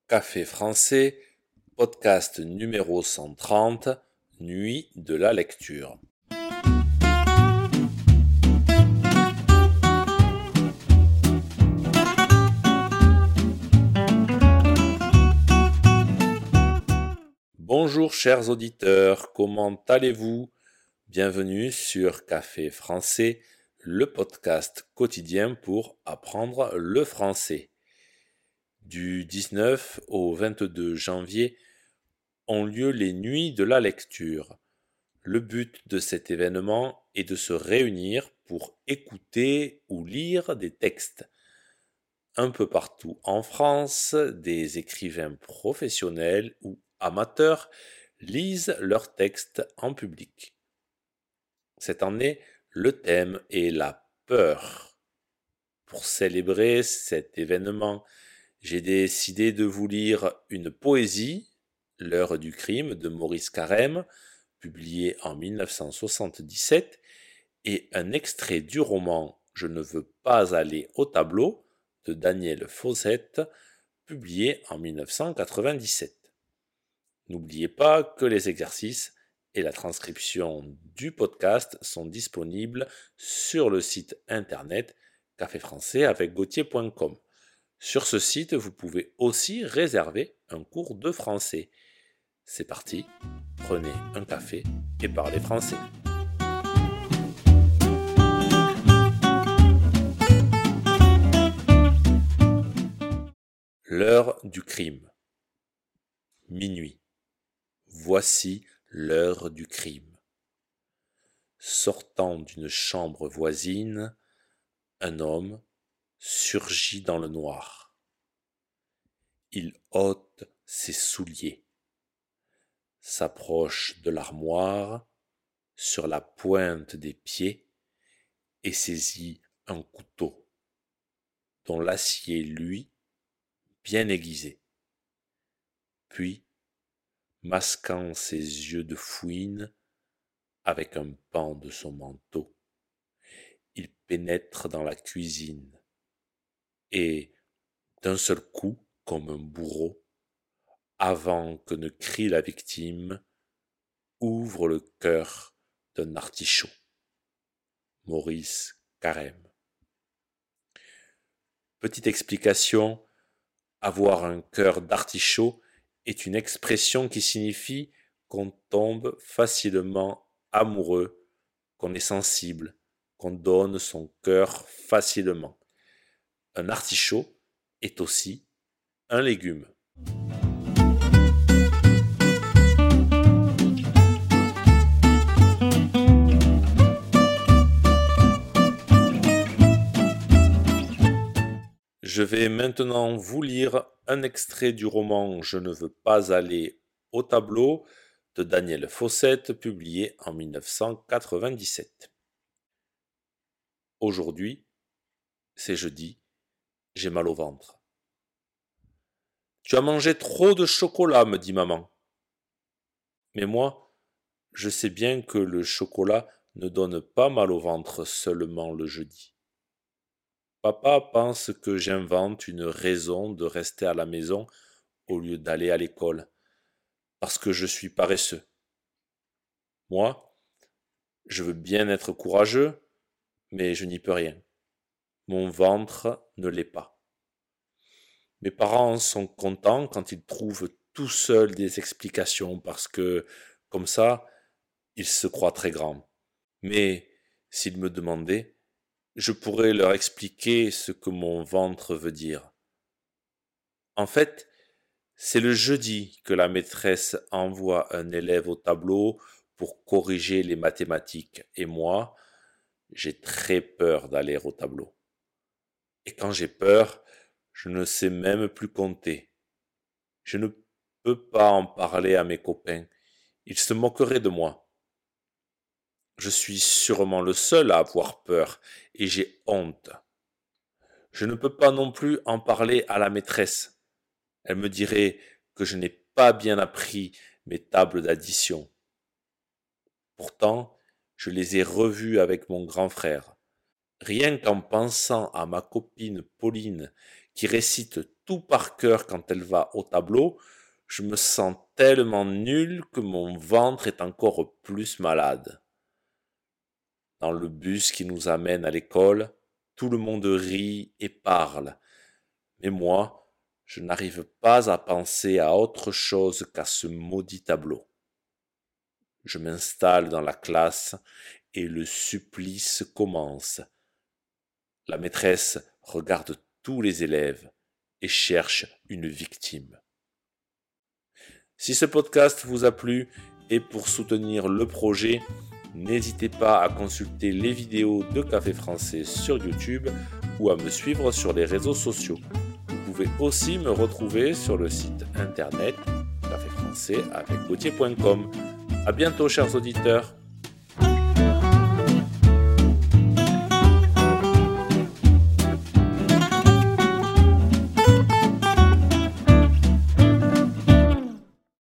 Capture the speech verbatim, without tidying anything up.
Café français, podcast numéro cent trente, Nuit de la lecture. Bonjour chers auditeurs, comment allez-vous? Bienvenue sur Café français, le podcast quotidien pour apprendre le français. Du dix-neuf au vingt-deux janvier ont lieu les Nuits de la lecture. Le but de cet événement est de se réunir pour écouter ou lire des textes. Un peu partout en France, des écrivains professionnels ou amateurs lisent leurs textes en public. Cette année, le thème est la peur. Pour célébrer cet événement, j'ai décidé de vous lire une poésie, L'heure du crime de Maurice Carême, publié en dix-neuf cent soixante-dix-sept, et un extrait du roman Je ne veux pas aller au tableau de Daniel Fossette, publié en dix-neuf cent quatre-vingt-dix-sept. N'oubliez pas que les exercices et la transcription du podcast sont disponibles sur le site internet café français avec gautier point com. Sur ce site, vous pouvez aussi réserver un cours de français. C'est parti, prenez un café et parlez français. L'heure du crime. Minuit. Voici l'heure du crime. Sortant d'une chambre voisine, un homme surgit dans le noir. Il ôte ses souliers, s'approche de l'armoire sur la pointe des pieds et saisit un couteau, dont l'acier luit bien aiguisé. Puis, masquant ses yeux de fouine avec un pan de son manteau, il pénètre dans la cuisine et, d'un seul coup, comme un bourreau, avant que ne crie la victime, ouvre le cœur d'un artichaut. Maurice Carême. Petite explication, avoir un cœur d'artichaut est une expression qui signifie qu'on tombe facilement amoureux, qu'on est sensible, qu'on donne son cœur facilement. Un artichaut est aussi un légume. Je vais maintenant vous lire un extrait du roman Je ne veux pas aller au tableau de Daniel Fossette, publié en dix-neuf cent quatre-vingt-dix-sept. Aujourd'hui, c'est jeudi, j'ai mal au ventre. Tu as mangé trop de chocolat, me dit maman. Mais moi, je sais bien que le chocolat ne donne pas mal au ventre seulement le jeudi. Papa pense que j'invente une raison de rester à la maison au lieu d'aller à l'école, parce que je suis paresseux. Moi, je veux bien être courageux, mais je n'y peux rien. Mon ventre ne l'est pas. Mes parents sont contents quand ils trouvent tout seuls des explications, parce que, comme ça, ils se croient très grands. Mais, s'ils me demandaient, je pourrais leur expliquer ce que mon ventre veut dire. En fait, c'est le jeudi que la maîtresse envoie un élève au tableau pour corriger les mathématiques. Et moi, j'ai très peur d'aller au tableau. Et quand j'ai peur, je ne sais même plus compter. Je ne peux pas en parler à mes copains. Ils se moqueraient de moi. Je suis sûrement le seul à avoir peur et j'ai honte. Je ne peux pas non plus en parler à la maîtresse. Elle me dirait que je n'ai pas bien appris mes tables d'addition. Pourtant, je les ai revues avec mon grand frère. Rien qu'en pensant à ma copine Pauline qui récite tout par cœur quand elle va au tableau, je me sens tellement nul que mon ventre est encore plus malade. Dans le bus qui nous amène à l'école, tout le monde rit et parle. Mais moi, je n'arrive pas à penser à autre chose qu'à ce maudit tableau. Je m'installe dans la classe et le supplice commence. La maîtresse regarde tous les élèves et cherche une victime. Si ce podcast vous a plu et pour soutenir le projet, n'hésitez pas à consulter les vidéos de Café Français sur YouTube ou à me suivre sur les réseaux sociaux. Vous pouvez aussi me retrouver sur le site internet café français avec gautier point com. À bientôt, chers auditeurs.